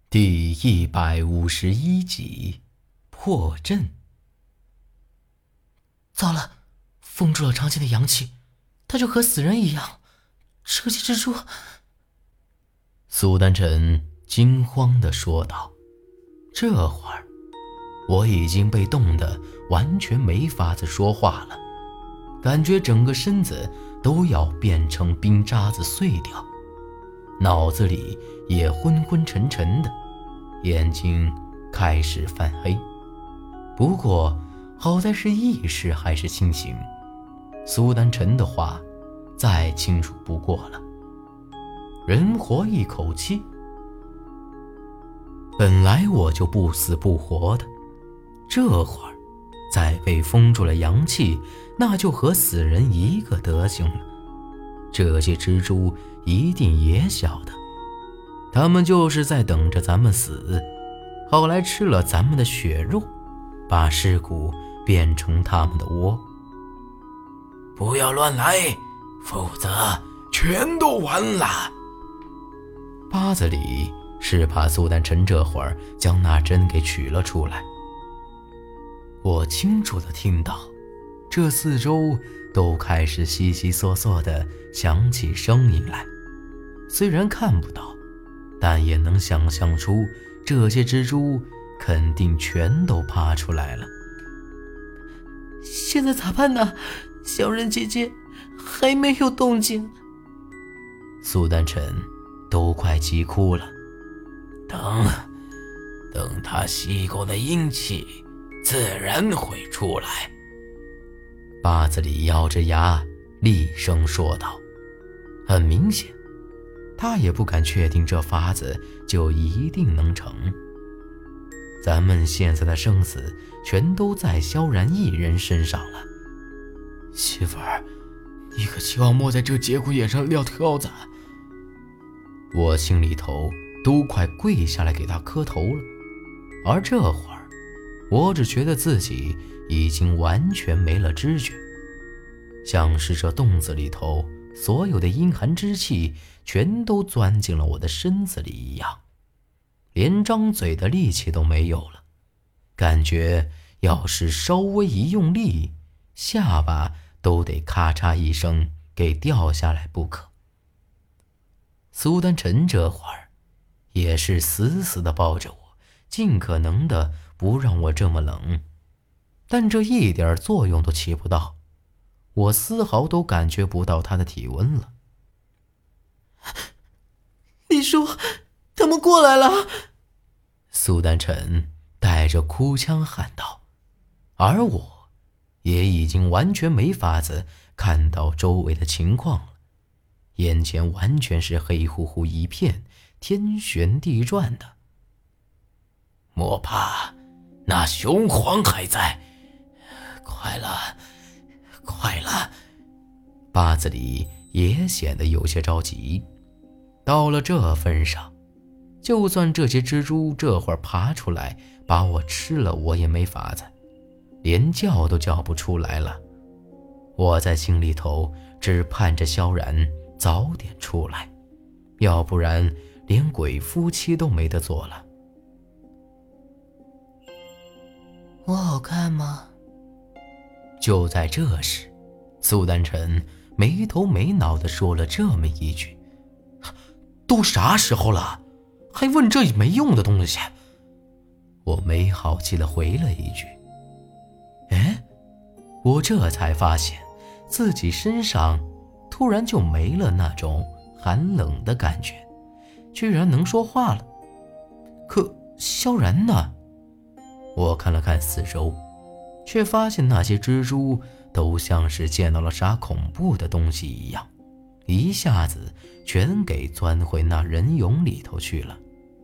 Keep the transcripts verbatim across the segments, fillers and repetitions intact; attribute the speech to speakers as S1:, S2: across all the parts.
S1: 第一百五十一集破阵。
S2: 糟了，封住了长青的阳气，他就和死人一样。这些蜘蛛……
S1: 苏丹臣惊慌地说道。这会儿我已经被冻得完全没法子说话了，感觉整个身子都要变成冰渣子碎掉，脑子里也昏昏沉沉的，眼睛开始泛黑。不过好在是意识还是清醒，苏丹臣的话再清楚不过了。人活一口气，本来我就不死不活的，这会儿再被封住了阳气，那就和死人一个德行了。这些蜘蛛一定也晓得，他们就是在等着咱们死，好来吃了咱们的血肉，把尸骨变成他们的窝。
S3: 不要乱来，否则全都完了。
S1: 八子里是怕苏丹臣这会儿将那针给取了出来。我清楚地听到，这四周都开始悉悉嗦嗦地响起声音来。虽然看不到，但也能想象出这些蜘蛛肯定全都爬出来了。
S2: 现在咋办呢？小人姐姐还没有动静。
S1: 苏丹臣都快急哭了。
S3: 等等他吸过的阴气自然会出来。
S1: 八子里咬着牙厉声说道。很明显，他也不敢确定这法子就一定能成。咱们现在的生死全都在萧然一人身上了。
S2: 媳妇儿，你可千万莫在这节骨眼上撂挑子。
S1: 我心里头都快跪下来给他磕头了。而这会儿，我只觉得自己已经完全没了知觉，像是这洞子里头所有的阴寒之气全都钻进了我的身子里一样，连张嘴的力气都没有了，感觉要是稍微一用力，下巴都得咔嚓一声给掉下来不可。苏丹臣这会儿也是死死地抱着我，尽可能的不让我这么冷，但这一点作用都起不到，我丝毫都感觉不到他的体温了。
S2: 你说他们过来了？
S1: 苏丹臣带着哭腔喊道，而我也已经完全没法子看到周围的情况了，眼前完全是黑乎乎一片，天旋地转的。
S3: 莫怕，那雄黄还在。快了，快了。
S1: 八子里也显得有些着急。到了这份上，就算这些蜘蛛这会儿爬出来把我吃了，我也没法子，连叫都叫不出来了。我在心里头只盼着萧然早点出来，要不然连鬼夫妻都没得做了。
S2: 我好看吗？
S1: 就在这时，苏丹臣没头没脑地说了这么一句。都啥时候了，还问这没用的东西？我没好气地回了一句。哎，我这才发现自己身上突然就没了那种寒冷的感觉，居然能说话了。可萧然呢？我看了看四周，却发现那些蜘蛛都像是见到了啥恐怖的东西一样，一下子全给钻回那人俑里头去了。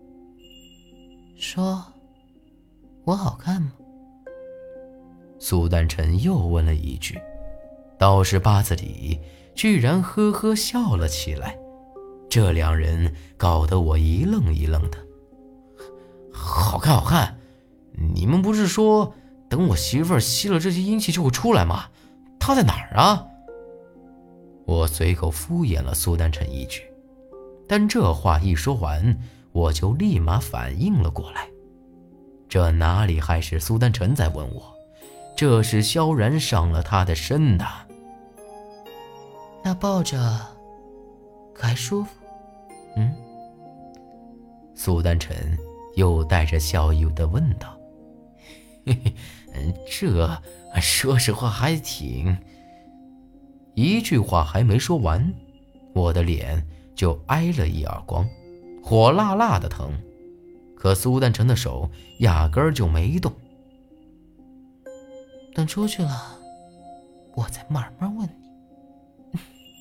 S2: 说我好看吗？
S1: 苏丹臣又问了一句，倒是八子里居然呵呵笑了起来。这两人搞得我一愣一愣的。好看好看，你们不是说等我媳妇儿吸了这些阴气就会出来吗？她在哪儿啊？我随口敷衍了苏丹臣一句，但这话一说完， 我就立马反应了过来，这哪里还是苏丹晨在问我，这是萧然上了他的身呐。
S2: 那抱着可还舒服？
S1: 嗯？苏丹晨又带着笑意地问道。嘿嘿，这说实话还挺……一句话还没说完，我的脸就挨了一耳光，火辣辣的疼。可苏丹晨的手压根儿就没动。
S2: 等出去了，我再慢慢问你。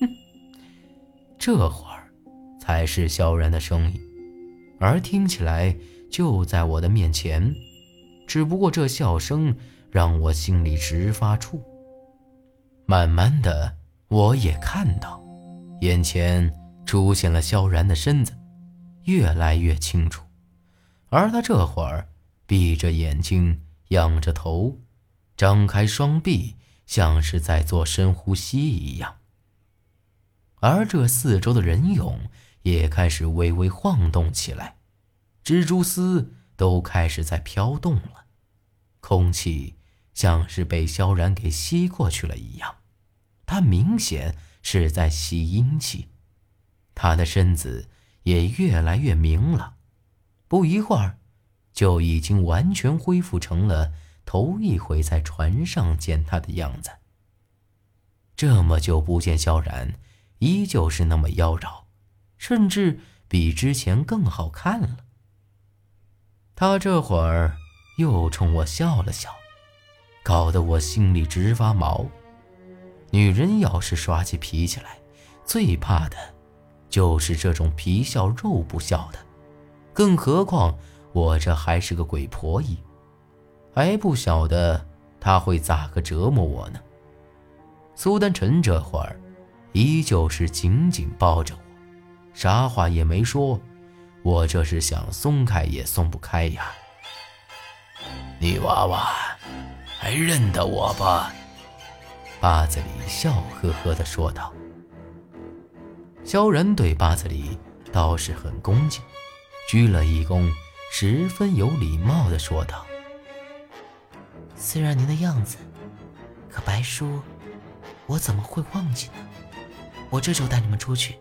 S1: 这会儿才是萧然的声音，而听起来就在我的面前，只不过这笑声让我心里直发怵。慢慢的，我也看到眼前出现了萧然的身子，越来越清楚。而他这会儿闭着眼睛，仰着头，张开双臂，像是在做深呼吸一样。而这四周的人俑也开始微微晃动起来，蜘蛛丝都开始在飘动了，空气像是被萧然给吸过去了一样，他明显是在吸阴气。他的身子也越来越明了，不一会儿就已经完全恢复成了头一回在船上见他的样子。这么久不见萧然，依旧是那么妖娆，甚至比之前更好看了。他这会儿又冲我笑了笑，搞得我心里直发毛。女人要是耍起脾气来，最怕的就是这种皮笑肉不笑的，更何况我这还是个鬼婆姨，还不晓得她会咋个折磨我呢。苏丹晨这会儿依旧是紧紧抱着我，啥话也没说，我这是想松开也松不开呀。
S3: 女娃娃，还认得我吧？
S1: 八子里笑呵呵地说道。萧然对八子里倒是很恭敬，鞠了一躬，十分有礼貌地说道：
S2: 虽然您的样子，可白叔我怎么会忘记呢？我这就带你们出去。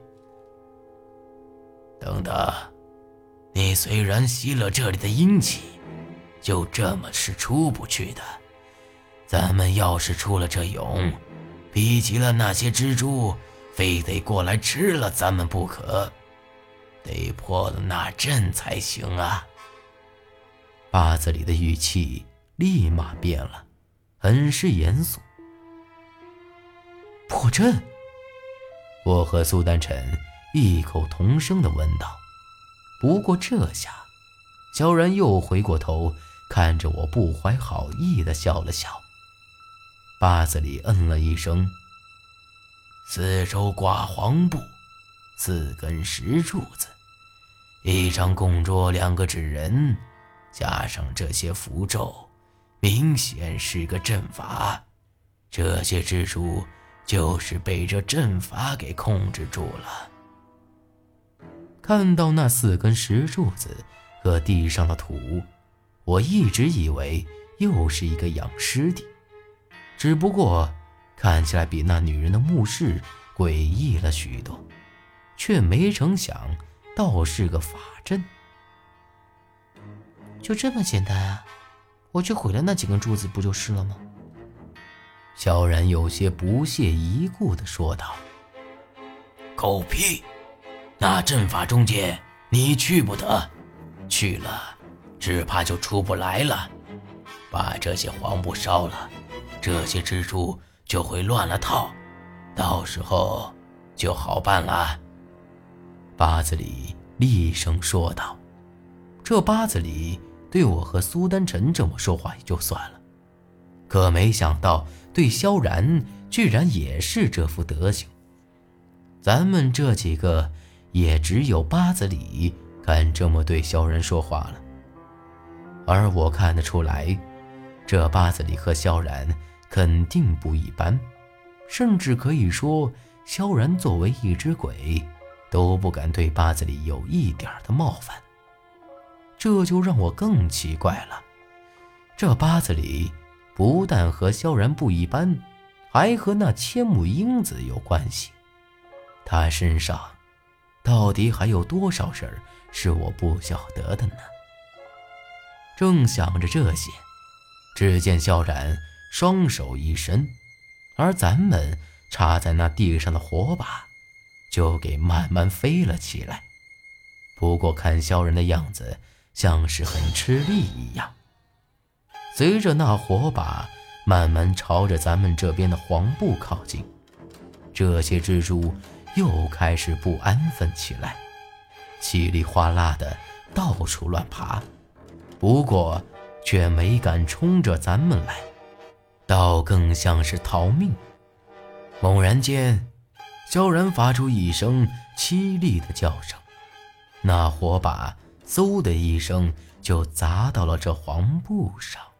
S3: 等等，你虽然吸了这里的阴气，就这么是出不去的。咱们要是出了这蛹，逼急了那些蜘蛛，非得过来吃了咱们不可，得破了那阵才行啊。
S1: 八子里的语气立马变了，很是严肃。破阵？我和苏丹晨异口同声地问道。不过这下萧然又回过头看着我，不怀好意地笑了笑。八子里嗯了一声，
S3: 四周挂黄布，四根石柱子，一张供桌，两个纸人，加上这些符咒，明显是个阵法。这些蜘蛛就是被这阵法给控制住了。
S1: 看到那四根石柱子和地上的土，我一直以为又是一个养尸地，只不过看起来比那女人的墓室诡异了许多，却没成想倒是个法阵。
S2: 就这么简单啊？我去毁了那几根柱子不就是了吗？
S1: 萧然有些不屑一顾地说道。
S3: 狗屁！那阵法中间你去不得，去了只怕就出不来了。把这些黄布烧了，这些蜘蛛就会乱了套，到时候就好办了。
S1: 八子里厉声说道。这八子里对我和苏丹晨这么说话也就算了，可没想到对萧然居然也是这副德行。咱们这几个也只有八子里敢这么对萧然说话了。而我看得出来，这八子里和萧然肯定不一般，甚至可以说萧然作为一只鬼都不敢对八子里有一点的冒犯。 这就让我更奇怪了，这八字里不但和萧然不一般，还和那千木英子有关系。他身上到底还有多少事儿是我不晓得的呢？正想着这些，只见萧然双手一伸，而咱们插在那地上的火把就给慢慢飞了起来。不过看萧然的样子像是很吃力一样。随着那火把慢慢朝着咱们这边的黄布靠近，这些蜘蛛又开始不安分起来，稀里哗啦的到处乱爬，不过却没敢冲着咱们来，倒更像是逃命。猛然间，萧然发出一声凄厉的叫声，那火把嗖的一声就砸到了这黄布上。